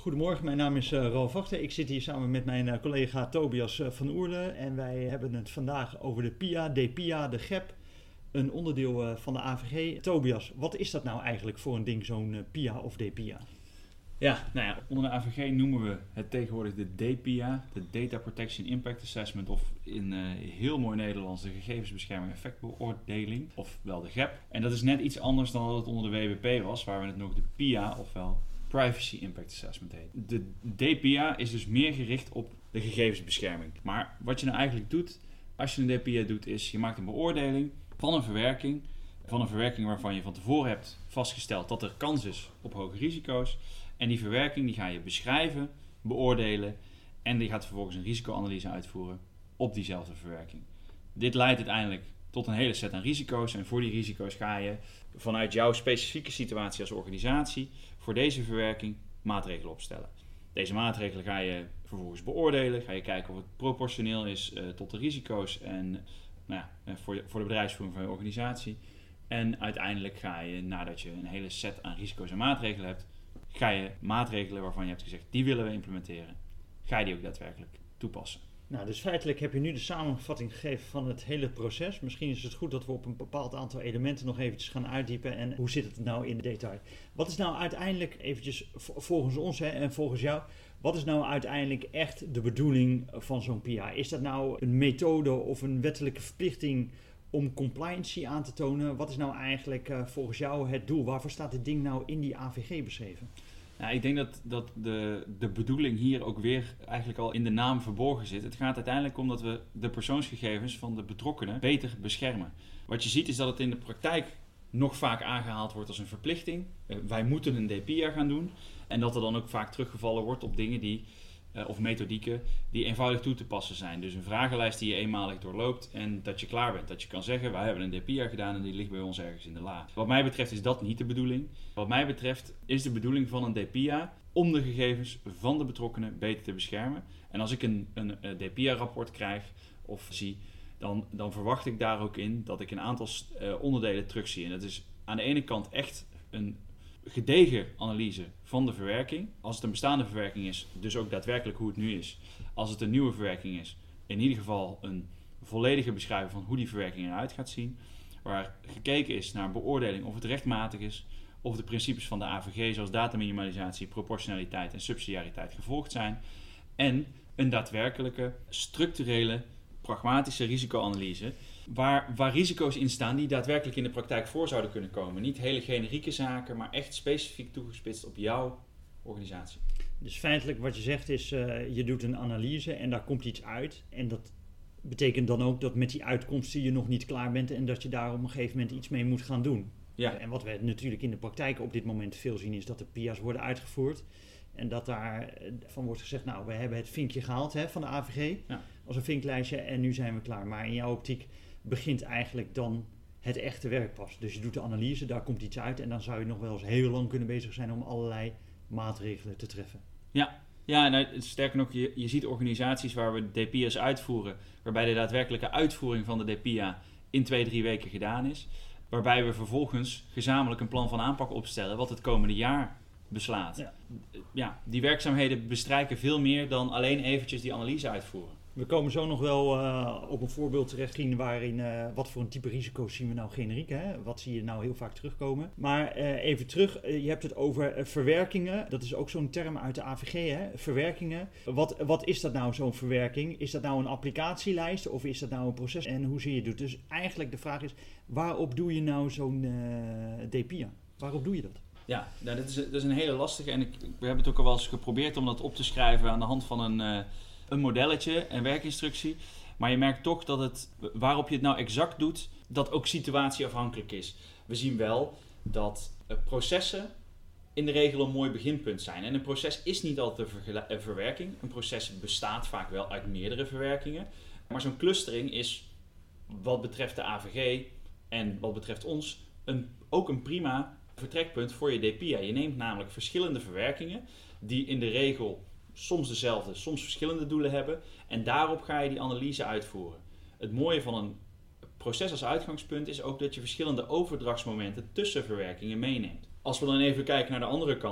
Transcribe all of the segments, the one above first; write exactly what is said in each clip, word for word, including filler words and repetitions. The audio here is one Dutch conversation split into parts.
Goedemorgen, mijn naam is uh, Ralf Wachter. Ik zit hier samen met mijn uh, collega Tobias uh, van Oerle en wij hebben het vandaag over de P I A, D P I A, de G E P, een onderdeel uh, van de A V G. Tobias, wat is dat nou eigenlijk voor een ding, zo'n uh, P I A of D P I A? Ja, nou ja, onder de A V G noemen we het tegenwoordig de D P I A, de Data Protection Impact Assessment, of in uh, heel mooi Nederlands de gegevensbescherming effectbeoordeling, ofwel de G E P. En dat is net iets anders dan dat het onder de W B P was, waar we het nog de P I A, ofwel Privacy Impact Assessment heet. De D P I A is dus meer gericht op de gegevensbescherming. Maar wat je nou eigenlijk doet, als je een D P I A doet, is je maakt een beoordeling van een verwerking, van een verwerking waarvan je van tevoren hebt vastgesteld dat er kans is op hoge risico's. En die verwerking die ga je beschrijven, beoordelen en die gaat vervolgens een risicoanalyse uitvoeren op diezelfde verwerking. Dit leidt uiteindelijk tot een hele set aan risico's en voor die risico's ga je vanuit jouw specifieke situatie als organisatie voor deze verwerking maatregelen opstellen. Deze maatregelen ga je vervolgens beoordelen, ga je kijken of het proportioneel is uh, tot de risico's en nou ja, voor, voor de bedrijfsvoering van je organisatie. En uiteindelijk ga je, nadat je een hele set aan risico's en maatregelen hebt, ga je maatregelen waarvan je hebt gezegd, die willen we implementeren, ga je die ook daadwerkelijk toepassen. Nou, dus feitelijk heb je nu de samenvatting gegeven van het hele proces. Misschien is het goed dat we op een bepaald aantal elementen nog eventjes gaan uitdiepen. En hoe zit het nou in detail? Wat is nou uiteindelijk, eventjes volgens ons hè, en volgens jou, wat is nou uiteindelijk echt de bedoeling van zo'n P I A? Is dat nou een methode of een wettelijke verplichting om compliancy aan te tonen? Wat is nou eigenlijk uh, volgens jou het doel? Waarvoor staat dit ding nou in die A V G beschreven? Nou, ik denk dat, dat de, de bedoeling hier ook weer eigenlijk al in de naam verborgen zit. Het gaat uiteindelijk om dat we de persoonsgegevens van de betrokkenen beter beschermen. Wat je ziet is dat het in de praktijk nog vaak aangehaald wordt als een verplichting. Uh, wij moeten een D P I A gaan doen. En dat er dan ook vaak teruggevallen wordt op dingen die, uh, of methodieken die eenvoudig toe te passen zijn. Dus een vragenlijst die je eenmalig doorloopt en dat je klaar bent. Dat je kan zeggen, wij hebben een D P I A gedaan en die ligt bij ons ergens in de la. Wat mij betreft is dat niet de bedoeling. Wat mij betreft is de bedoeling van een D P I A om de gegevens van de betrokkenen beter te beschermen. En als ik een, een, een D P I A-rapport krijg of zie, dan, dan verwacht ik daar ook in dat ik een aantal uh, onderdelen terugzie. En dat is aan de ene kant echt een gedegen analyse van de verwerking. Als het een bestaande verwerking is, dus ook daadwerkelijk hoe het nu is. Als het een nieuwe verwerking is, in ieder geval een volledige beschrijving van hoe die verwerking eruit gaat zien. Waar gekeken is naar een beoordeling of het rechtmatig is, of de principes van de A V G zoals dataminimalisatie, proportionaliteit en subsidiariteit gevolgd zijn. En een daadwerkelijke, structurele, pragmatische risicoanalyse Waar, waar risico's in staan die daadwerkelijk in de praktijk voor zouden kunnen komen. Niet hele generieke zaken, maar echt specifiek toegespitst op jouw organisatie. Dus feitelijk wat je zegt is, uh, je doet een analyse en daar komt iets uit. En dat betekent dan ook dat met die uitkomsten je nog niet klaar bent en dat je daar op een gegeven moment iets mee moet gaan doen. Ja. En wat we natuurlijk in de praktijk op dit moment veel zien is dat de P I A's worden uitgevoerd. En dat daarvan wordt gezegd, nou we hebben het vinkje gehaald hè, van de A V G Ja. als een vinklijstje en nu zijn we klaar. Maar in jouw optiek begint eigenlijk dan het echte werk pas. Dus je doet de analyse, daar komt iets uit en dan zou je nog wel eens heel lang kunnen bezig zijn om allerlei maatregelen te treffen. Ja, ja nou, sterker nog, je, je ziet organisaties waar we D P I A's uitvoeren, waarbij de daadwerkelijke uitvoering van de D P I A in twee, drie weken gedaan is. Waarbij we vervolgens gezamenlijk een plan van aanpak opstellen wat het komende jaar beslaat. Ja. Ja, die werkzaamheden bestrijken veel meer dan alleen eventjes die analyse uitvoeren. We komen zo nog wel uh, op een voorbeeld terecht zien waarin uh, wat voor een type risico's zien we nou generiek. Hè? Wat zie je nou heel vaak terugkomen. Maar uh, even terug, uh, je hebt het over uh, verwerkingen. Dat is ook zo'n term uit de A V G, hè? Verwerkingen. Wat, wat is dat nou, zo'n verwerking? Is dat nou een applicatielijst of is dat nou een proces? En hoe zie je het? Dus eigenlijk de vraag is, waarop doe je nou zo'n uh, D P I A? Waarop doe je dat? Ja, nou, dat, is, dat is een hele lastige en ik, we hebben het ook al wel eens geprobeerd om dat op te schrijven aan de hand van een, uh, een modelletje, een werkinstructie. Maar je merkt toch dat het, waarop je het nou exact doet, dat ook situatieafhankelijk is. We zien wel dat uh, processen in de regel een mooi beginpunt zijn. En een proces is niet altijd een, vergela- een verwerking. Een proces bestaat vaak wel uit meerdere verwerkingen. Maar zo'n clustering is wat betreft de A V G en wat betreft ons een, ook een prima vertrekpunt voor je D P I A. Je neemt namelijk verschillende verwerkingen die in de regel soms dezelfde, soms verschillende doelen hebben en daarop ga je die analyse uitvoeren. Het mooie van een proces als uitgangspunt is ook dat je verschillende overdrachtsmomenten tussen verwerkingen meeneemt. Als we dan even kijken naar de andere kant,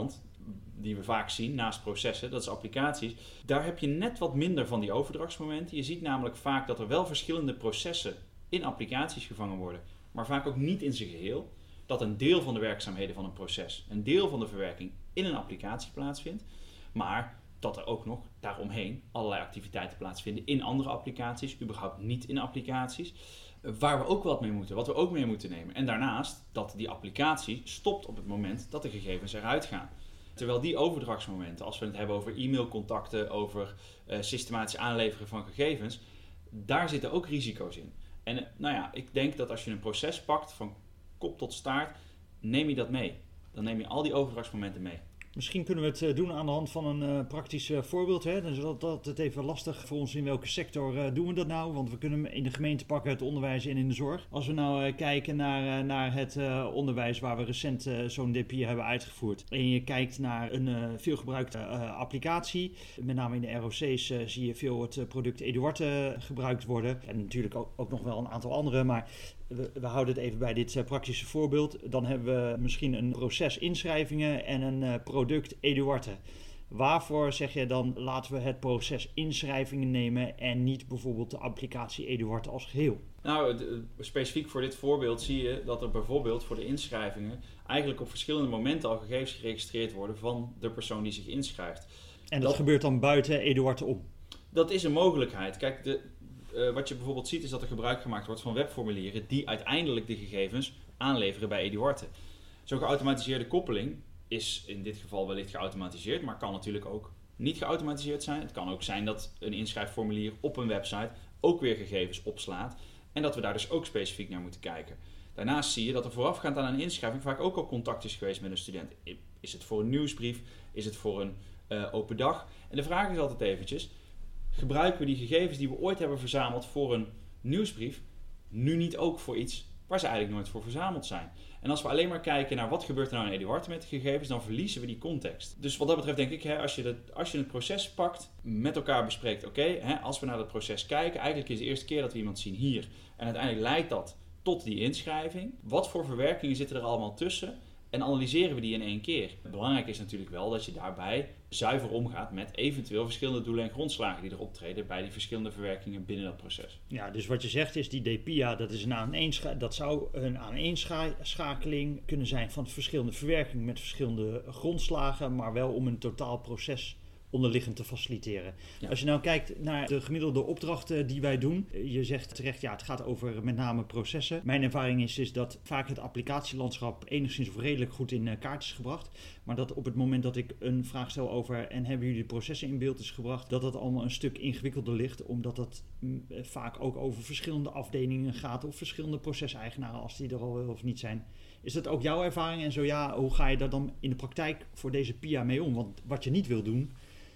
die we vaak zien naast processen, dat is applicaties. Daar heb je net wat minder van die overdrachtsmomenten. Je ziet namelijk vaak dat er wel verschillende processen in applicaties gevangen worden, maar vaak ook niet in zijn geheel. Dat een deel van de werkzaamheden van een proces, een deel van de verwerking in een applicatie plaatsvindt, maar dat er ook nog daaromheen allerlei activiteiten plaatsvinden in andere applicaties, überhaupt niet in applicaties, waar we ook wat mee moeten, wat we ook mee moeten nemen. En daarnaast dat die applicatie stopt op het moment dat de gegevens eruit gaan. Terwijl die overdrachtsmomenten, als we het hebben over e-mailcontacten, over uh, systematisch aanleveren van gegevens, daar zitten ook risico's in. En uh, nou ja, ik denk dat als je een proces pakt van kop tot staart, neem je dat mee. Dan neem je al die overdrachtsmomenten mee. Misschien kunnen we het doen aan de hand van een uh, praktisch uh, voorbeeld. Hè? Dan is dat altijd even lastig voor ons in welke sector uh, doen we dat nou. Want we kunnen in de gemeente pakken, het onderwijs en in de zorg. Als we nou uh, kijken naar, uh, naar het uh, onderwijs waar we recent uh, zo'n D P I hebben uitgevoerd. En je kijkt naar een uh, veelgebruikte uh, applicatie. Met name in de R O C's uh, zie je veel het uh, product Eduard uh, gebruikt worden. En natuurlijk ook, ook nog wel een aantal andere, maar... We, we houden het even bij dit uh, praktische voorbeeld. Dan hebben we misschien een proces inschrijvingen en een uh, product Eduarte. Waarvoor zeg je dan laten we het proces inschrijvingen nemen en niet bijvoorbeeld de applicatie Eduarte als geheel? Nou, de, specifiek voor dit voorbeeld zie je dat er bijvoorbeeld voor de inschrijvingen eigenlijk op verschillende momenten al gegevens geregistreerd worden van de persoon die zich inschrijft. En dat, dat gebeurt dan buiten Eduarte om? Dat is een mogelijkheid. Kijk, de... Uh, wat je bijvoorbeeld ziet is dat er gebruik gemaakt wordt van webformulieren die uiteindelijk de gegevens aanleveren bij Eduarte. Zo'n geautomatiseerde koppeling is in dit geval wellicht geautomatiseerd, maar kan natuurlijk ook niet geautomatiseerd zijn. Het kan ook zijn dat een inschrijfformulier op een website ook weer gegevens opslaat en dat we daar dus ook specifiek naar moeten kijken. Daarnaast zie je dat er voorafgaand aan een inschrijving vaak ook al contact is geweest met een student. Is het voor een nieuwsbrief? Is het voor een uh, open dag? En de vraag is altijd eventjes... Gebruiken we die gegevens die we ooit hebben verzameld voor een nieuwsbrief nu niet ook voor iets waar ze eigenlijk nooit voor verzameld zijn? En als we alleen maar kijken naar wat gebeurt er nou in Eduarte met de gegevens, dan verliezen we die context. Dus wat dat betreft denk ik, hè, als, je dat, als je het proces pakt, met elkaar bespreekt, oké, okay, als we naar dat proces kijken, eigenlijk is het de eerste keer dat we iemand zien hier. En uiteindelijk leidt dat tot die inschrijving. Wat voor verwerkingen zitten er allemaal tussen? En analyseren we die in één keer. Belangrijk is natuurlijk wel dat je daarbij zuiver omgaat met eventueel verschillende doelen en grondslagen die er optreden bij die verschillende verwerkingen binnen dat proces. Ja, dus wat je zegt is die D P I A, dat, is een aaneenscha- dat zou een aaneenschakeling kunnen zijn van verschillende verwerkingen met verschillende grondslagen, maar wel om een totaal proces onderliggend te faciliteren. Ja. Als je nou kijkt naar de gemiddelde opdrachten die wij doen, je zegt terecht, ja, het gaat over met name processen. Mijn ervaring is, is dat vaak het applicatielandschap enigszins of redelijk goed in kaart is gebracht, maar dat op het moment dat ik een vraag stel over en hebben jullie de processen in beeld is gebracht, dat dat allemaal een stuk ingewikkelder ligt, omdat dat m, vaak ook over verschillende afdelingen gaat of verschillende proceseigenaren als die er al wel of niet zijn. Is dat ook jouw ervaring? En zo ja, hoe ga je daar dan in de praktijk voor deze P I A mee om? Want wat je niet wil doen,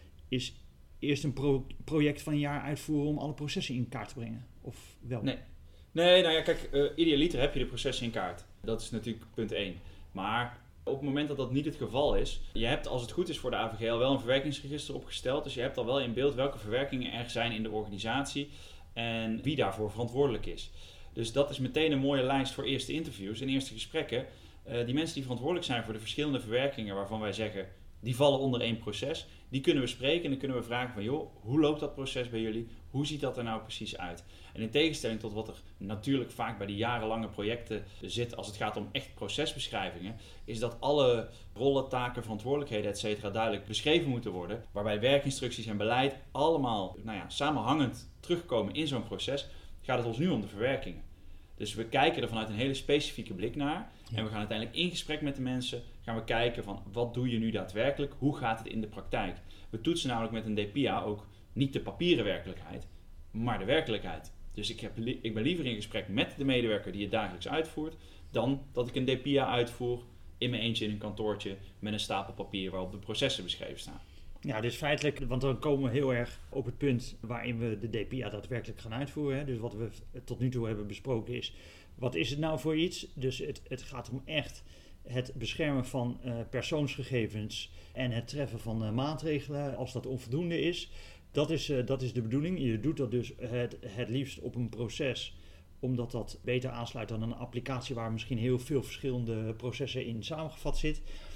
is eerst een pro- project van een jaar uitvoeren om alle processen in kaart te brengen. Of wel? Nee, nee nou ja, kijk, uh, idealiter heb je de processen in kaart. Dat is natuurlijk punt één. Maar op het moment dat dat niet het geval is, je hebt als het goed is voor de A V G L wel een verwerkingsregister opgesteld. Dus je hebt al wel in beeld welke verwerkingen er zijn in de organisatie en wie daarvoor verantwoordelijk is. Dus dat is meteen een mooie lijst voor eerste interviews en eerste gesprekken. Uh, die mensen die verantwoordelijk zijn voor de verschillende verwerkingen waarvan wij zeggen, die vallen onder één proces, die kunnen we spreken en dan kunnen we vragen van, joh, hoe loopt dat proces bij jullie? Hoe ziet dat er nou precies uit? En in tegenstelling tot wat er natuurlijk vaak bij die jarenlange projecten zit als het gaat om echt procesbeschrijvingen, is dat alle rollen, taken, verantwoordelijkheden, et cetera duidelijk beschreven moeten worden, waarbij werkinstructies en beleid allemaal nou ja, samenhangend terugkomen in zo'n proces, gaat het ons nu om de verwerkingen. Dus we kijken er vanuit een hele specifieke blik naar. Ja. En we gaan uiteindelijk in gesprek met de mensen. Gaan we kijken van wat doe je nu daadwerkelijk? Hoe gaat het in de praktijk? We toetsen namelijk met een D P I A ook niet de papieren werkelijkheid, maar de werkelijkheid. Dus ik, heb li- ik ben liever in gesprek met de medewerker die het dagelijks uitvoert, dan dat ik een D P I A uitvoer in mijn eentje in een kantoortje met een stapel papier waarop de processen beschreven staan. Ja, dus feitelijk, want dan komen we heel erg op het punt waarin we de D P I A daadwerkelijk gaan uitvoeren. Hè. Dus wat we tot nu toe hebben besproken is, wat is het nou voor iets? Dus het, het gaat om echt het beschermen van uh, persoonsgegevens en het treffen van uh, maatregelen als dat onvoldoende is. Dat is, uh, dat is de bedoeling. Je doet dat dus het, het liefst op een proces, omdat dat beter aansluit dan een applicatie waar misschien heel veel verschillende processen in samengevat zit.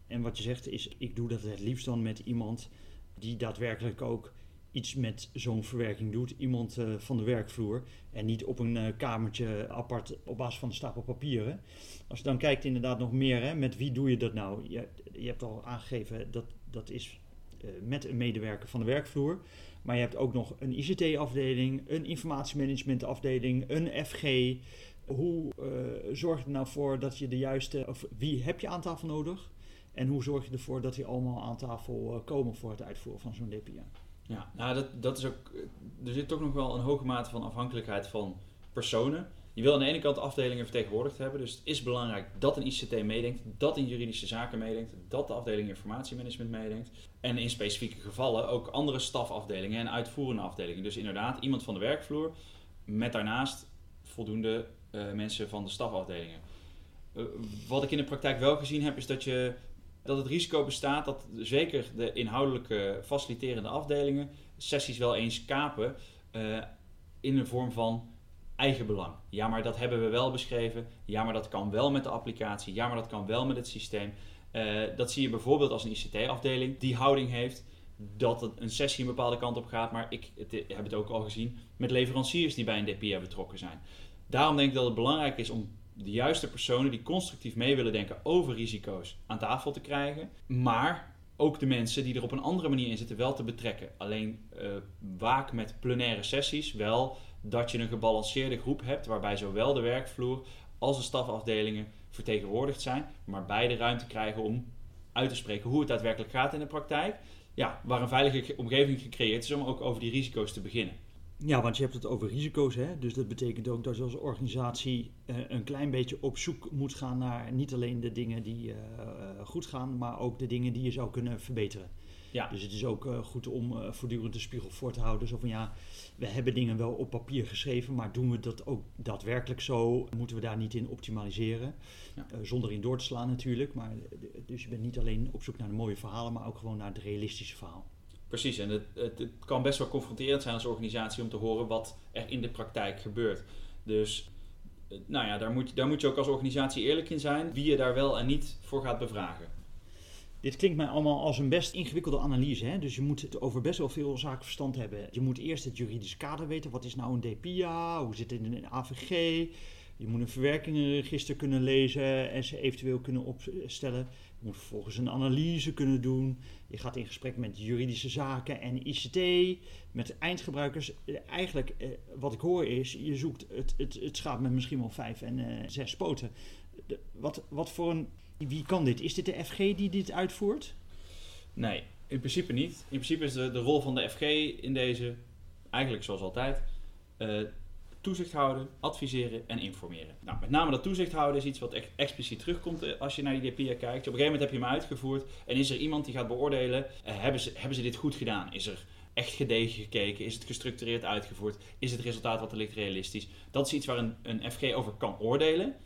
En wat je zegt is, ik doe dat het liefst dan met iemand die daadwerkelijk ook iets met zo'n verwerking doet. Iemand uh, van de werkvloer en niet op een uh, kamertje apart op basis van een stapel papieren. Als je dan kijkt inderdaad nog meer, hè, met wie doe je dat nou? Je, je hebt al aangegeven dat dat is uh, met een medewerker van de werkvloer. Maar je hebt ook nog een I C T-afdeling, een informatiemanagementafdeling, een F G. Hoe uh, zorg je er nou voor dat je de juiste, of wie heb je aan tafel nodig? En hoe zorg je ervoor dat die allemaal aan tafel uh, komen voor het uitvoeren van zo'n D P A? Ja, nou dat, dat is ook, er zit toch nog wel een hoge mate van afhankelijkheid van personen. Je wil aan de ene kant afdelingen vertegenwoordigd hebben, dus het is belangrijk dat een I C T meedenkt, dat een juridische zaken meedenkt, dat de afdeling informatiemanagement meedenkt. En in specifieke gevallen ook andere stafafdelingen en uitvoerende afdelingen. Dus inderdaad iemand van de werkvloer met daarnaast voldoende uh, mensen van de stafafdelingen. Uh, wat ik in de praktijk wel gezien heb is dat je... dat het risico bestaat dat zeker de inhoudelijke faciliterende afdelingen sessies wel eens kapen uh, in de vorm van eigenbelang. Ja, maar dat hebben we wel beschreven. Ja, maar dat kan wel met de applicatie. Ja, maar dat kan wel met het systeem. Uh, dat zie je bijvoorbeeld als een I C T-afdeling die houding heeft dat het een sessie een bepaalde kant op gaat. Maar ik, het, ik heb het ook al gezien met leveranciers die bij een D P A betrokken zijn. Daarom denk ik dat het belangrijk is om de juiste personen die constructief mee willen denken over risico's aan tafel te krijgen. Maar ook de mensen die er op een andere manier in zitten wel te betrekken. Alleen uh, waak met plenaire sessies wel dat je een gebalanceerde groep hebt waarbij zowel de werkvloer als de stafafdelingen vertegenwoordigd zijn. Maar beide ruimte krijgen om uit te spreken hoe het daadwerkelijk gaat in de praktijk. Ja, waar een veilige omgeving gecreëerd is om ook over die risico's te beginnen. Ja, want je hebt het over risico's, hè? Dus dat betekent ook dat je als organisatie uh, een klein beetje op zoek moet gaan naar niet alleen de dingen die uh, goed gaan, maar ook de dingen die je zou kunnen verbeteren. Ja. Dus het is ook uh, goed om uh, voortdurend de spiegel voor te houden. Zo van ja, we hebben dingen wel op papier geschreven, maar doen we dat ook daadwerkelijk zo? Moeten we daar niet in optimaliseren? Ja. Uh, zonder in door te slaan natuurlijk. Maar, dus je bent niet alleen op zoek naar de mooie verhalen, maar ook gewoon naar het realistische verhaal. Precies, en het, het, het kan best wel confronterend zijn als organisatie om te horen wat er in de praktijk gebeurt. Dus nou ja, daar moet, daar moet je ook als organisatie eerlijk in zijn wie je daar wel en niet voor gaat bevragen. Dit klinkt mij allemaal als een best ingewikkelde analyse. Hè? Dus je moet het over best wel veel zaken verstand hebben. Je moet eerst het juridische kader weten. Wat is nou een D P A? Hoe zit het in een A V G? Je moet een verwerkingenregister kunnen lezen en ze eventueel kunnen opstellen. Je moet vervolgens een analyse kunnen doen. Je gaat in gesprek met juridische zaken en I C T, met eindgebruikers. Eigenlijk, eh, wat ik hoor is, je zoekt het, het, het schaap met misschien wel vijf en uh, zes poten. De, wat, wat voor een... Wie kan dit? Is dit de F G die dit uitvoert? Nee, in principe niet. In principe is de, de rol van de F G in deze, eigenlijk zoals altijd, uh, toezicht houden, adviseren en informeren. Nou, met name dat toezicht houden is iets wat echt expliciet terugkomt als je naar die D P A kijkt. Op een gegeven moment heb je hem uitgevoerd en is er iemand die gaat beoordelen, uh, hebben, ze, hebben ze dit goed gedaan? Is er echt gedegen gekeken? Is het gestructureerd uitgevoerd? Is het resultaat wat er ligt realistisch? Dat is iets waar een, een F G over kan oordelen.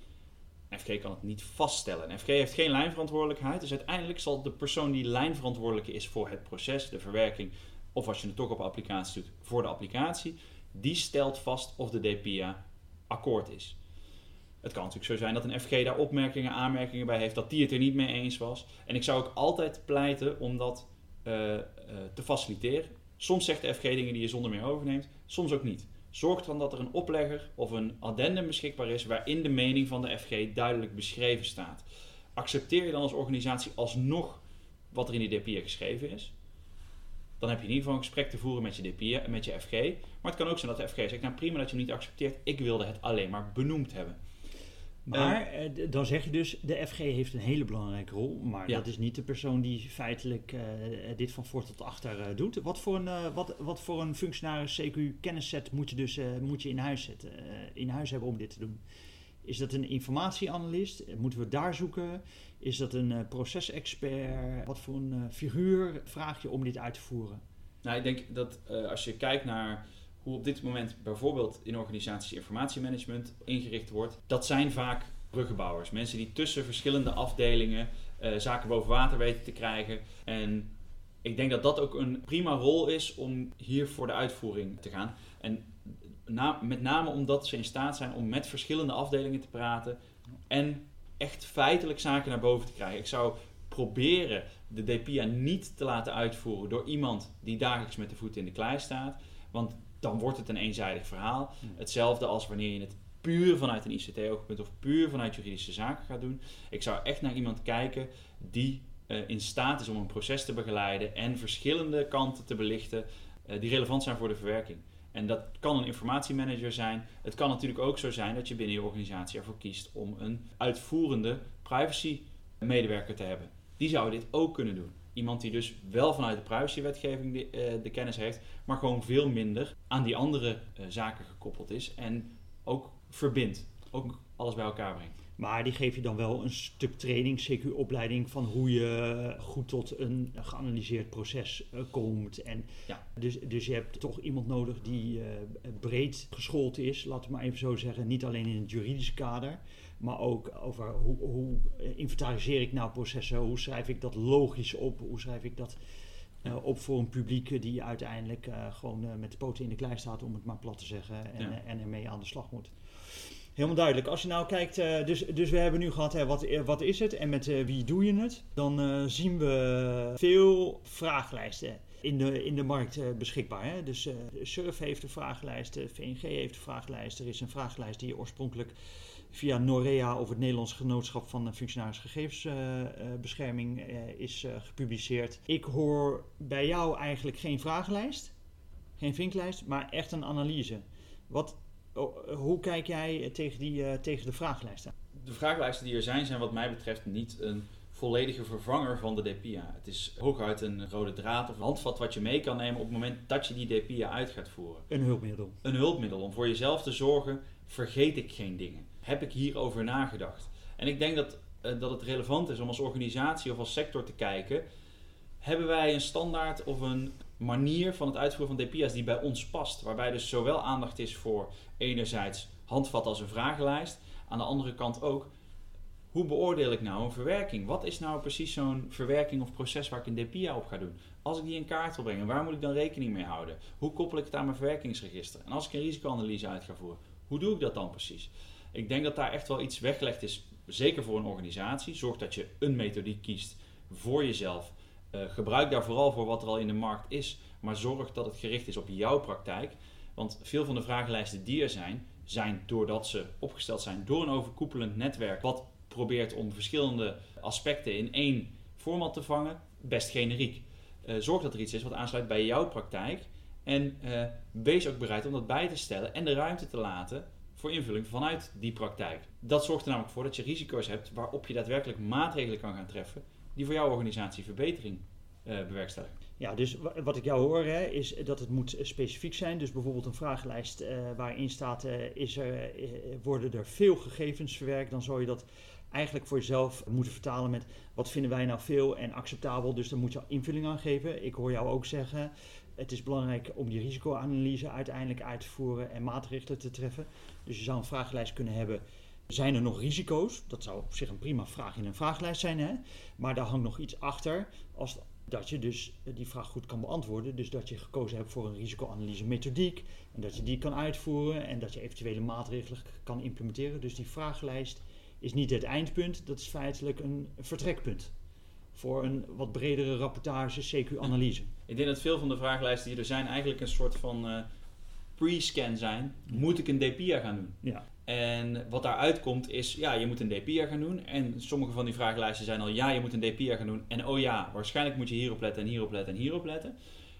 F G kan het niet vaststellen. Een F G heeft geen lijnverantwoordelijkheid, dus uiteindelijk zal de persoon die lijnverantwoordelijk is voor het proces, de verwerking, of als je het toch op applicatie doet, voor de applicatie, die stelt vast of de D P A akkoord is. Het kan natuurlijk zo zijn dat een F G daar opmerkingen, aanmerkingen bij heeft, dat die het er niet mee eens was. En ik zou ook altijd pleiten om dat uh, uh, te faciliteren. Soms zegt de F G dingen die je zonder meer overneemt, soms ook niet. Zorg dan dat er een oplegger of een addendum beschikbaar is waarin de mening van de F G duidelijk beschreven staat. Accepteer je dan als organisatie alsnog wat er in die D P A geschreven is? Dan heb je in ieder geval een gesprek te voeren met je D P A en met je F G. Maar het kan ook zijn dat de F G zegt, nou prima dat je hem niet accepteert, ik wilde het alleen maar benoemd hebben. Maar uh, dan zeg je dus, de F G heeft een hele belangrijke rol, maar ja. Dat is niet de persoon die feitelijk uh, dit van voor tot achter uh, doet. Wat voor een, uh, wat, wat voor een functionaris C Q U-kennisset moet je dus uh, moet je in huis zetten, uh, in huis hebben om dit te doen? Is dat een informatieanalist? Moeten we daar zoeken? Is dat een uh, procesexpert? Wat voor een uh, figuur vraag je om dit uit te voeren? Nou, ik denk dat uh, als je kijkt naar hoe op dit moment bijvoorbeeld in organisaties informatiemanagement ingericht wordt, dat zijn vaak bruggenbouwers. Mensen die tussen verschillende afdelingen uh, zaken boven water weten te krijgen. En ik denk dat dat ook een prima rol is om hier voor de uitvoering te gaan. En na, met name omdat ze in staat zijn om met verschillende afdelingen te praten en echt feitelijk zaken naar boven te krijgen. Ik zou proberen de D P I A niet te laten uitvoeren door iemand die dagelijks met de voet in de klei staat. Want dan wordt het een eenzijdig verhaal. Hmm. Hetzelfde als wanneer je het puur vanuit een I C T-oogpunt of puur vanuit juridische zaken gaat doen. Ik zou echt naar iemand kijken die uh, in staat is om een proces te begeleiden en verschillende kanten te belichten uh, die relevant zijn voor de verwerking. En dat kan een informatiemanager zijn. Het kan natuurlijk ook zo zijn dat je binnen je organisatie ervoor kiest om een uitvoerende privacy medewerker te hebben. Die zou dit ook kunnen doen. Iemand die dus wel vanuit de privacywetgeving de, uh, de kennis heeft, maar gewoon veel minder aan die andere uh, zaken gekoppeld is en ook verbindt. Ook alles bij elkaar brengt. Maar die geef je dan wel een stuk training, C Q-opleiding van hoe je goed tot een geanalyseerd proces uh, komt. En ja. dus, dus je hebt toch iemand nodig die uh, breed geschoold is, laten we maar even zo zeggen. Niet alleen in het juridische kader, maar ook over hoe, hoe inventariseer ik nou processen, hoe schrijf ik dat logisch op, hoe schrijf ik dat uh, op voor een publiek die uiteindelijk uh, gewoon uh, met de poten in de klei staat, om het maar plat te zeggen, en, ja. en ermee aan de slag moet. Helemaal duidelijk. Als je nou kijkt, uh, dus, dus we hebben nu gehad, hè, wat, wat is het en met uh, wie doe je het? Dan uh, zien we veel vragenlijsten in de, in de markt uh, beschikbaar. Hè? Dus uh, Surf heeft een vragenlijst, de V N G heeft een vragenlijst. Er is een vragenlijst die oorspronkelijk via Norea of het Nederlands Genootschap van Functionaris Gegevensbescherming uh, uh, is uh, gepubliceerd. Ik hoor bij jou eigenlijk geen vragenlijst, geen vinklijst, maar echt een analyse. Wat... Hoe kijk jij tegen, die, uh, tegen de vragenlijsten? De vragenlijsten die er zijn, zijn wat mij betreft niet een volledige vervanger van de D P I A. Het is hooguit een rode draad of een handvat wat je mee kan nemen op het moment dat je die D P I A uit gaat voeren. Een hulpmiddel. Een hulpmiddel om voor jezelf te zorgen, vergeet ik geen dingen. Heb ik hierover nagedacht? En ik denk dat, uh, dat het relevant is om als organisatie of als sector te kijken, hebben wij een standaard of een manier van het uitvoeren van D P I A's die bij ons past. Waarbij dus zowel aandacht is voor enerzijds handvat als een vragenlijst. Aan de andere kant ook, hoe beoordeel ik nou een verwerking? Wat is nou precies zo'n verwerking of proces waar ik een D P I A op ga doen? Als ik die in kaart wil brengen, waar moet ik dan rekening mee houden? Hoe koppel ik het aan mijn verwerkingsregister? En als ik een risicoanalyse uit ga voeren, hoe doe ik dat dan precies? Ik denk dat daar echt wel iets weggelegd is, zeker voor een organisatie. Zorg dat je een methodiek kiest voor jezelf. Uh, gebruik daar vooral voor wat er al in de markt is, maar zorg dat het gericht is op jouw praktijk. Want veel van de vragenlijsten die er zijn, zijn doordat ze opgesteld zijn door een overkoepelend netwerk wat probeert om verschillende aspecten in één format te vangen, best generiek. Uh, zorg dat er iets is wat aansluit bij jouw praktijk en uh, wees ook bereid om dat bij te stellen en de ruimte te laten voor invulling vanuit die praktijk. Dat zorgt er namelijk voor dat je risico's hebt waarop je daadwerkelijk maatregelen kan gaan treffen die voor jouw organisatie verbetering uh, bewerkstelligen. Ja, dus wat ik jou hoor hè, is dat het moet specifiek zijn. Dus bijvoorbeeld een vragenlijst uh, waarin staat, uh, is er, uh, worden er veel gegevens verwerkt, dan zou je dat eigenlijk voor jezelf moeten vertalen met wat vinden wij nou veel en acceptabel. Dus daar moet je invulling aan geven. Ik hoor jou ook zeggen, het is belangrijk om die risicoanalyse uiteindelijk uit te voeren en maatregelen te treffen. Dus je zou een vragenlijst kunnen hebben. Zijn er nog risico's? Dat zou op zich een prima vraag in een vragenlijst zijn, hè? Maar daar hangt nog iets achter, als dat je dus die vraag goed kan beantwoorden. Dus dat je gekozen hebt voor een risicoanalyse methodiek en dat je die kan uitvoeren en dat je eventuele maatregelen kan implementeren. Dus die vragenlijst is niet het eindpunt, dat is feitelijk een vertrekpunt voor een wat bredere rapportage, C Q-analyse. Ik denk dat veel van de vragenlijsten die er zijn eigenlijk een soort van uh, pre-scan zijn. Moet ik een D P I A gaan doen? Ja. En wat daaruit komt is, ja, je moet een D P I A gaan doen. En sommige van die vragenlijsten zijn al, ja, je moet een D P I A gaan doen. En oh ja, waarschijnlijk moet je hierop letten en hierop letten en hierop letten.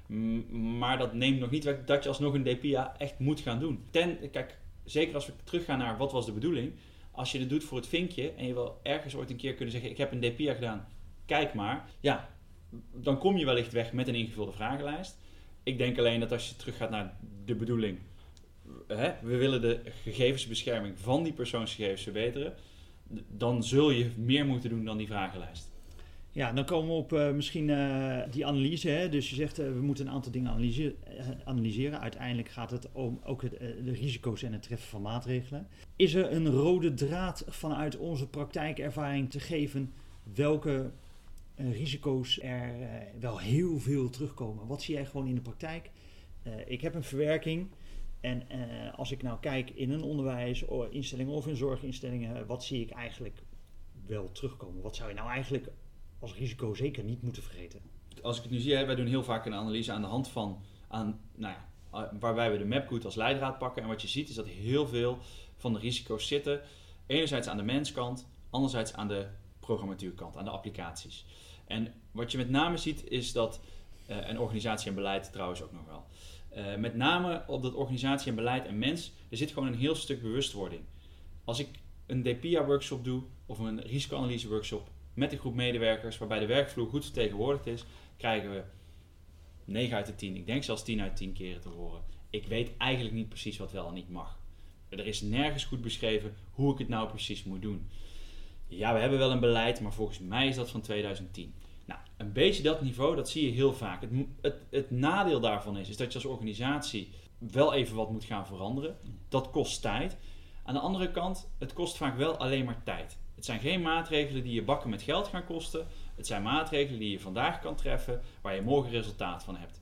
M- maar dat neemt nog niet weg dat je alsnog een D P I A echt moet gaan doen. Ten, kijk, zeker als we teruggaan naar wat was de bedoeling. Als je dit doet voor het vinkje en je wil ergens ooit een keer kunnen zeggen, ik heb een D P I A gedaan, kijk maar. Ja, dan kom je wellicht weg met een ingevulde vragenlijst. Ik denk alleen dat als je teruggaat naar de bedoeling, hè, we willen de gegevensbescherming van die persoonsgegevens verbeteren, dan zul je meer moeten doen dan die vragenlijst. Ja, dan komen we op uh, misschien uh, die analyse. Hè? Dus je zegt, uh, we moeten een aantal dingen analyse- uh, analyseren. Uiteindelijk gaat het om ook het, uh, de risico's en het treffen van maatregelen. Is er een rode draad vanuit onze praktijkervaring te geven welke uh, risico's er uh, wel heel veel terugkomen? Wat zie jij gewoon in de praktijk? Uh, ik heb een verwerking. En uh, als ik nou kijk in een onderwijsinstelling of in zorginstellingen, wat zie ik eigenlijk wel terugkomen? Wat zou je nou eigenlijk als risico zeker niet moeten vergeten. Als ik het nu zie, hè, wij doen heel vaak een analyse aan de hand van, aan, nou ja, waarbij we de mapgood als leidraad pakken. En wat je ziet is dat heel veel van de risico's zitten, enerzijds aan de menskant, anderzijds aan de programmatuurkant, aan de applicaties. En wat je met name ziet is dat, uh, en organisatie en beleid trouwens ook nog wel, uh, met name op dat organisatie en beleid en mens, er zit gewoon een heel stuk bewustwording. Als ik een D P I-workshop doe, of een risicoanalyse-workshop met een groep medewerkers, waarbij de werkvloer goed vertegenwoordigd is, krijgen we negen uit de tien, ik denk zelfs tien uit tien keren te horen. Ik weet eigenlijk niet precies wat wel en niet mag. Er is nergens goed beschreven hoe ik het nou precies moet doen. Ja, we hebben wel een beleid, maar volgens mij is dat van tweeduizend tien. Nou, een beetje dat niveau, dat zie je heel vaak. Het, het, het nadeel daarvan is, is dat je als organisatie wel even wat moet gaan veranderen. Dat kost tijd. Aan de andere kant, het kost vaak wel alleen maar tijd. Het zijn geen maatregelen die je bakken met geld gaan kosten. Het zijn maatregelen die je vandaag kan treffen, waar je morgen resultaat van hebt.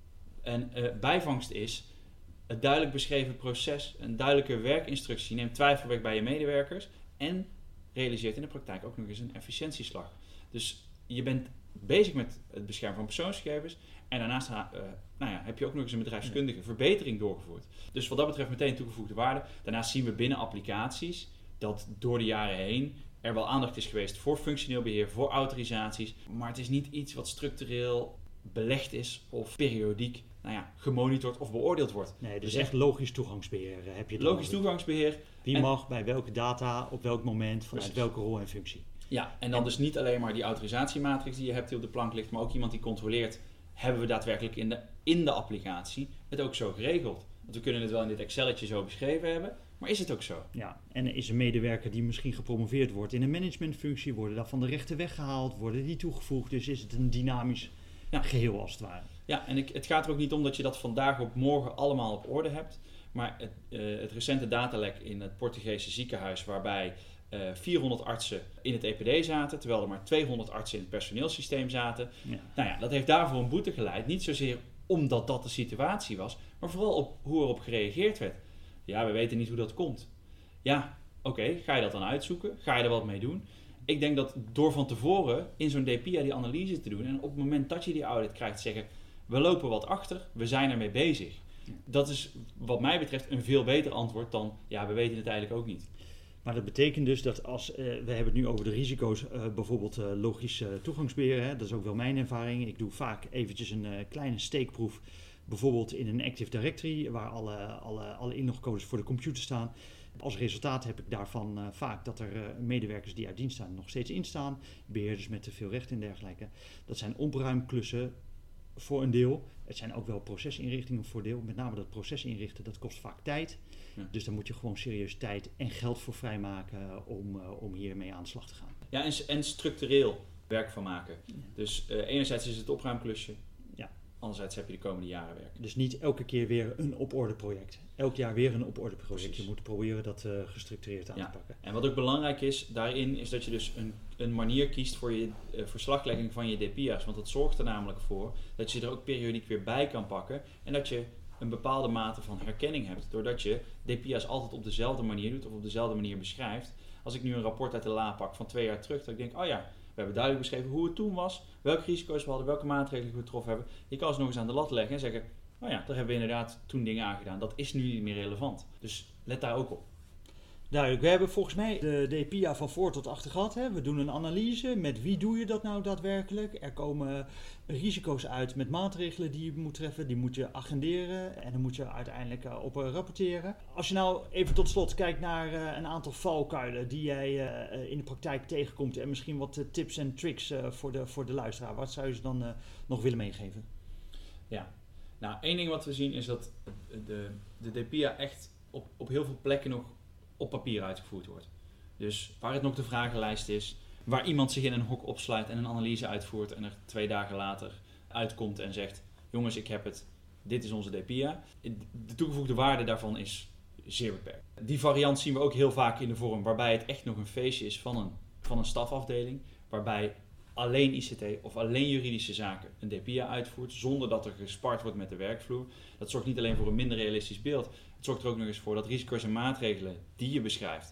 En uh, bijvangst is het duidelijk beschreven proces, een duidelijke werkinstructie. Neemt twijfel weg bij je medewerkers en realiseert in de praktijk ook nog eens een efficiëntieslag. Dus je bent bezig met het beschermen van persoonsgegevens en daarnaast uh, nou ja, heb je ook nog eens een bedrijfskundige verbetering doorgevoerd. Dus wat dat betreft meteen toegevoegde waarde. Daarnaast zien we binnen applicaties dat door de jaren heen er wel aandacht is geweest voor functioneel beheer, voor autorisaties, maar het is niet iets wat structureel belegd is of periodiek nou ja, gemonitord of beoordeeld wordt. Nee, dus echt logisch toegangsbeheer heb je het Logisch toegangsbeheer. Wie en, mag bij welke data, op welk moment, vanuit precies. welke rol en functie. Ja, en dan en, dus niet alleen maar die autorisatiematrix die je hebt die op de plank ligt, maar ook iemand die controleert, hebben we daadwerkelijk in de, in de applicatie het ook zo geregeld? Want we kunnen het wel in dit Excelletje zo beschreven hebben, maar is het ook zo? Ja, en is een medewerker die misschien gepromoveerd wordt in een managementfunctie, worden daar van de rechten weggehaald, worden die toegevoegd, dus is het een dynamisch ja. geheel als het ware. Ja, en ik, het gaat er ook niet om dat je dat vandaag op morgen allemaal op orde hebt, maar het, uh, het recente datalek in het Portugese ziekenhuis waarbij uh, vierhonderd artsen in het E P D zaten, terwijl er maar tweehonderd artsen in het personeelsysteem zaten. Ja. Nou ja, dat heeft daarvoor een boete geleid, niet zozeer omdat dat de situatie was, maar vooral op hoe erop gereageerd werd. Ja, we weten niet hoe dat komt. Ja, oké, okay, ga je dat dan uitzoeken? Ga je er wat mee doen? Ik denk dat door van tevoren in zo'n D P I die analyse te doen en op het moment dat je die audit krijgt zeggen, we lopen wat achter, we zijn ermee bezig. Dat is wat mij betreft een veel beter antwoord dan, ja, we weten het eigenlijk ook niet. Maar dat betekent dus dat als, uh, we hebben het nu over de risico's, uh, bijvoorbeeld uh, logisch uh, toegangsbeheer, hè, dat is ook wel mijn ervaring. Ik doe vaak eventjes een uh, kleine steekproef, bijvoorbeeld in een Active Directory, waar alle, alle, alle inlogcodes voor de computer staan. Als resultaat heb ik daarvan uh, vaak dat er uh, medewerkers die uit dienst staan nog steeds in staan, beheerders met te veel recht en dergelijke. Dat zijn opruimklussen voor een deel. Het zijn ook wel procesinrichtingen voor deel. Met name dat proces inrichten, dat kost vaak tijd. Ja. Dus daar moet je gewoon serieus tijd en geld voor vrijmaken om, uh, om hiermee aan de slag te gaan. Ja, en, en structureel werk van maken. Ja. Dus uh, enerzijds is het opruimklusje. Ja. Anderzijds heb je de komende jaren werk. Dus niet elke keer weer een op-orde project. Elk jaar weer een op-orde project. Precies. Je moet proberen dat uh, gestructureerd aan ja. te pakken. En wat ook belangrijk is daarin, is dat je dus een, een manier kiest voor je uh, verslaglegging van je D P I's. Want dat zorgt er namelijk voor dat je er ook periodiek weer bij kan pakken. En dat je een bepaalde mate van herkenning hebt. Doordat je D P I's altijd op dezelfde manier doet of op dezelfde manier beschrijft. Als ik nu een rapport uit de la pak van twee jaar terug, dat ik denk, oh ja, we hebben duidelijk beschreven hoe het toen was, welke risico's we hadden, welke maatregelen we getroffen hebben. Je kan ze nog eens aan de lat leggen en zeggen, oh ja, daar hebben we inderdaad toen dingen aangedaan. Dat is nu niet meer relevant. Dus let daar ook op. Duidelijk. We hebben volgens mij de D P I van voor tot achter gehad. Hè. We doen een analyse. Met wie doe je dat nou daadwerkelijk? Er komen risico's uit met maatregelen die je moet treffen. Die moet je agenderen en dan moet je uiteindelijk uh, op uh, rapporteren. Als je nou even tot slot kijkt naar uh, een aantal valkuilen die jij uh, in de praktijk tegenkomt en misschien wat uh, tips en tricks uh, voor, de, voor de luisteraar. Wat zou je ze dan uh, nog willen meegeven? Ja, nou één ding wat we zien is dat de, de D P I echt op, op heel veel plekken nog op papier uitgevoerd wordt. Dus waar het nog de vragenlijst is, waar iemand zich in een hok opsluit en een analyse uitvoert en er twee dagen later uitkomt en zegt, jongens, ik heb het, dit is onze D P I. De toegevoegde waarde daarvan is zeer beperkt. Die variant zien we ook heel vaak in de vorm waarbij het echt nog een feestje is van een, van een stafafdeling, waarbij alleen I C T of alleen juridische zaken een D P I uitvoert, zonder dat er gespart wordt met de werkvloer. Dat zorgt niet alleen voor een minder realistisch beeld, het zorgt er ook nog eens voor dat risico's en maatregelen die je beschrijft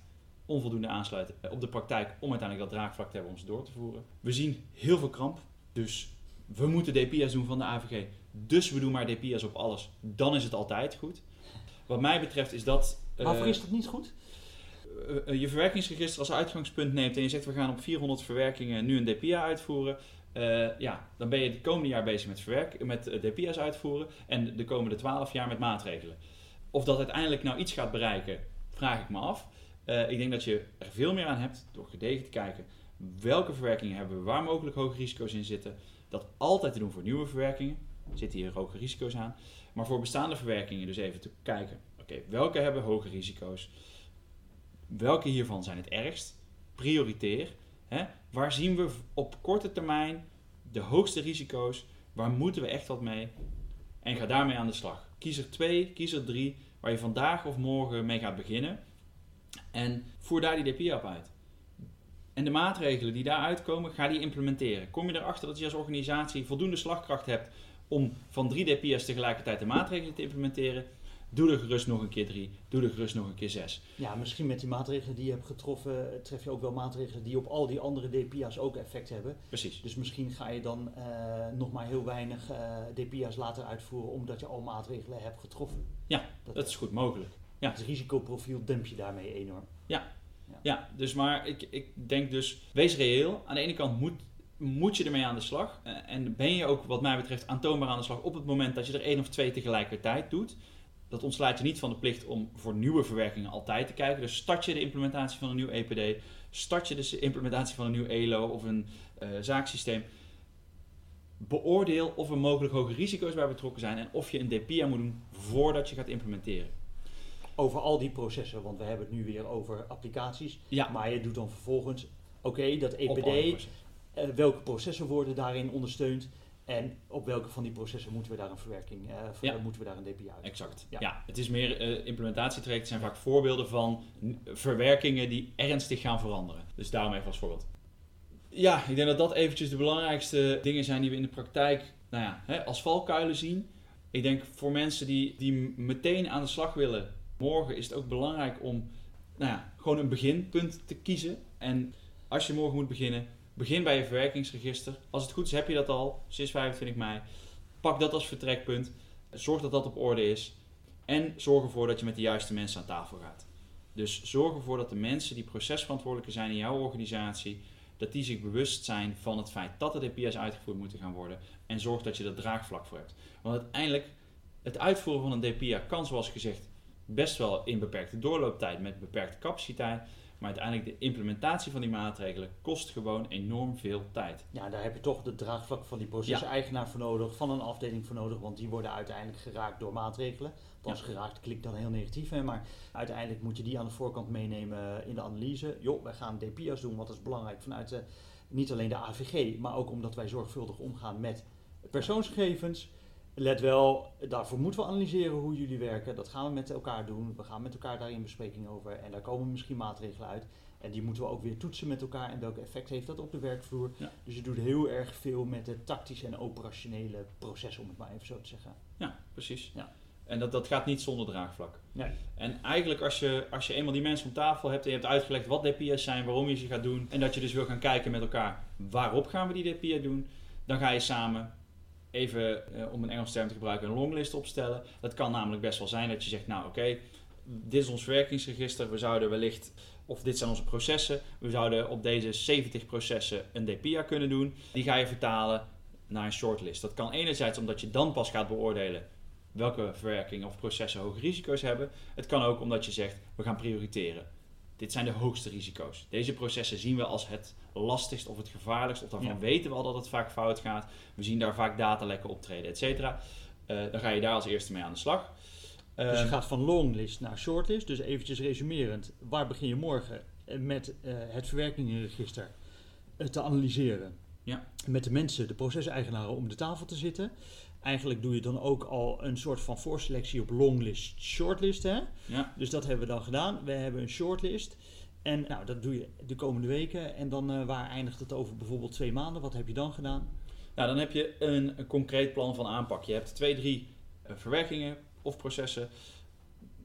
onvoldoende aansluiten op de praktijk om uiteindelijk dat draagvlak te hebben om ze door te voeren. We zien heel veel kramp, dus we moeten D P A's doen van de A V G, dus we doen maar D P A's op alles. Dan is het altijd goed. Wat mij betreft is dat... Uh, Waarvoor is dat niet goed? Uh, uh, je verwerkingsregister als uitgangspunt neemt en je zegt we gaan op vierhonderd verwerkingen nu een D P A uitvoeren. Uh, ja, dan ben je het komende jaar bezig met, verwerk, met uh, D P A's uitvoeren en de komende twaalf jaar met maatregelen. Of dat uiteindelijk nou iets gaat bereiken, vraag ik me af. Uh, ik denk dat je er veel meer aan hebt door gedegen te kijken welke verwerkingen hebben we, waar mogelijk hoge risico's in zitten. Dat altijd te doen voor nieuwe verwerkingen, zitten hier hoge risico's aan. Maar voor bestaande verwerkingen dus even te kijken, oké, okay, welke hebben hoge risico's? Welke hiervan zijn het ergst? Prioriteer. Hè? Waar zien we op korte termijn de hoogste risico's? Waar moeten we echt wat mee? En ga daarmee aan de slag. Kies er twee, kies er drie, waar je vandaag of morgen mee gaat beginnen. En voer daar die D P A op uit. En de maatregelen die daaruit komen, ga die implementeren. Kom je erachter dat je als organisatie voldoende slagkracht hebt om van drie D P A's tegelijkertijd de maatregelen te implementeren? Doe er gerust nog een keer drie, doe er gerust nog een keer zes. Ja, misschien met die maatregelen die je hebt getroffen, tref je ook wel maatregelen die op al die andere D P A's ook effect hebben. Precies. Dus misschien ga je dan uh, nog maar heel weinig uh, D P A's later uitvoeren, omdat je al maatregelen hebt getroffen. Ja, dat, dat is goed mogelijk. Ja. Het risicoprofiel demp je daarmee enorm. Ja, ja. ja dus maar ik, ik denk dus, wees reëel. Aan de ene kant moet, moet je ermee aan de slag. Uh, en ben je ook wat mij betreft aantoonbaar aan de slag op het moment dat je er één of twee tegelijkertijd doet. Dat ontslaat je niet van de plicht om voor nieuwe verwerkingen altijd te kijken. Dus start je de implementatie van een nieuw E P D, start je de implementatie van een nieuw E L O of een uh, zaaksysteem. Beoordeel of er mogelijk hoge risico's bij betrokken zijn en of je een D P A moet doen voordat je gaat implementeren. Over al die processen, want we hebben het nu weer over applicaties. Ja. Maar je doet dan vervolgens, oké, okay, dat E P D, uh, welke processen worden daarin ondersteund? En op welke van die processen moeten we daar een verwerking, uh, voor, ja. moeten we daar een D P A uit? Exact. Ja. ja, het is meer uh, implementatietrajecten zijn vaak voorbeelden van n- verwerkingen die ernstig gaan veranderen. Dus daarom even als voorbeeld. Ja, ik denk dat dat eventjes de belangrijkste dingen zijn die we in de praktijk, nou ja, hè, als valkuilen zien. Ik denk voor mensen die, die meteen aan de slag willen, morgen is het ook belangrijk om, nou ja, gewoon een beginpunt te kiezen. En als je morgen moet beginnen, begin bij je verwerkingsregister. Als het goed is, heb je dat al, sinds vijfentwintig mei. Pak dat als vertrekpunt. Zorg dat dat op orde is. En zorg ervoor dat je met de juiste mensen aan tafel gaat. Dus zorg ervoor dat de mensen die procesverantwoordelijke zijn in jouw organisatie, dat die zich bewust zijn van het feit dat de D P A's uitgevoerd moeten gaan worden. En zorg dat je er draagvlak voor hebt. Want uiteindelijk, het uitvoeren van een D P A kan, zoals gezegd, best wel in beperkte doorlooptijd met beperkte capaciteit. Maar uiteindelijk de implementatie van die maatregelen kost gewoon enorm veel tijd. Ja, daar heb je toch de draagvlak van die proceseigenaar ja. voor nodig, van een afdeling voor nodig, want die worden uiteindelijk geraakt door maatregelen. Althans, ja. geraakt klinkt dan heel negatief, hè, maar uiteindelijk moet je die aan de voorkant meenemen in de analyse. Joh, wij gaan D P A's doen, wat is belangrijk vanuit de, niet alleen de A V G, maar ook omdat wij zorgvuldig omgaan met persoonsgegevens. Let wel, daarvoor moeten we analyseren hoe jullie werken. Dat gaan we met elkaar doen. We gaan met elkaar daar in bespreking over. En daar komen misschien maatregelen uit. En die moeten we ook weer toetsen met elkaar. En welk effect heeft dat op de werkvloer? Ja. Dus je doet heel erg veel met de tactische en operationele processen, om het maar even zo te zeggen. Ja, precies. Ja. En dat, dat gaat niet zonder draagvlak. Nee. En eigenlijk als je, als je eenmaal die mensen om tafel hebt en je hebt uitgelegd wat D P A's zijn, waarom je ze gaat doen. En dat je dus wil gaan kijken met elkaar, waarop gaan we die D P A doen? Dan ga je samen even, uh, om een Engels term te gebruiken, een longlist opstellen. Dat kan namelijk best wel zijn dat je zegt, nou oké, okay, dit is ons verwerkingsregister. We zouden wellicht, of dit zijn onze processen. We zouden op deze zeventig processen een D P A kunnen doen. Die ga je vertalen naar een shortlist. Dat kan enerzijds omdat je dan pas gaat beoordelen welke verwerkingen of processen hoge risico's hebben. Het kan ook omdat je zegt, we gaan prioriteren. Dit zijn de hoogste risico's. Deze processen zien we als het lastigst of het gevaarlijkst. Of daarvan ja. weten we al dat het vaak fout gaat. We zien daar vaak datalekken optreden, et cetera. Uh, dan ga je daar als eerste mee aan de slag. Uh, dus je gaat van longlist naar shortlist. Dus eventjes resumerend. Waar begin je morgen met uh, het verwerkingenregister uh, te analyseren? Ja. Met de mensen, de proceseigenaren om de tafel te zitten. Eigenlijk doe je dan ook al een soort van voorselectie op longlist, shortlist. Hè? Ja. Dus dat hebben we dan gedaan. We hebben een shortlist. En nou, dat doe je de komende weken. En dan uh, waar eindigt het over bijvoorbeeld twee maanden? Wat heb je dan gedaan? Nou, dan heb je een, een concreet plan van aanpak. Je hebt twee, drie uh, verwerkingen of processen.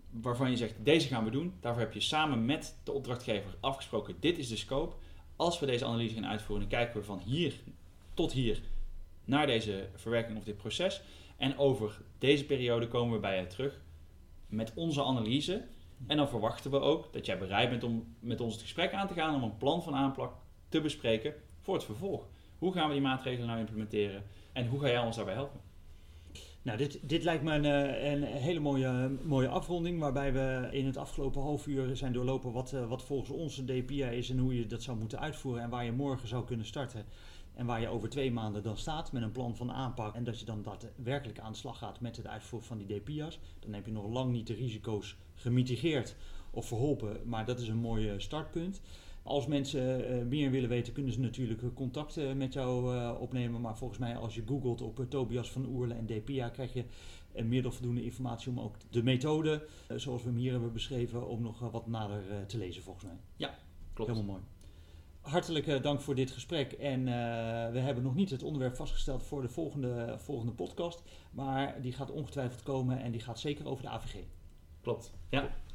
waarvan je zegt, deze gaan we doen. Daarvoor heb je samen met de opdrachtgever afgesproken, dit is de scope. Als we deze analyse gaan uitvoeren, dan kijken we van hier tot hier naar deze verwerking of dit proces. En over deze periode komen we bij je terug met onze analyse. En dan verwachten we ook dat jij bereid bent om met ons het gesprek aan te gaan, om een plan van aanpak te bespreken voor het vervolg. Hoe gaan we die maatregelen nou implementeren en hoe ga jij ons daarbij helpen? Nou, dit, dit lijkt me een, een hele mooie, mooie afronding, waarbij we in het afgelopen half uur zijn doorlopen wat, wat volgens ons een D P I is en hoe je dat zou moeten uitvoeren en waar je morgen zou kunnen starten. En waar je over twee maanden dan staat met een plan van aanpak en dat je dan daadwerkelijk aan de slag gaat met het uitvoeren van die D P I's. Dan heb je nog lang niet de risico's gemitigeerd of verholpen, maar dat is een mooi startpunt. Als mensen uh, meer willen weten, kunnen ze natuurlijk contact uh, met jou uh, opnemen. Maar volgens mij als je googelt op uh, Tobias van Oerle en D P I, krijg je uh, meer dan voldoende informatie om ook de methode, uh, zoals we hem hier hebben beschreven, om nog uh, wat nader uh, te lezen volgens mij. Ja, klopt. Helemaal mooi. Hartelijk uh, dank voor dit gesprek. En uh, we hebben nog niet het onderwerp vastgesteld voor de volgende, volgende podcast. Maar die gaat ongetwijfeld komen en die gaat zeker over de A V G. Klopt, ja.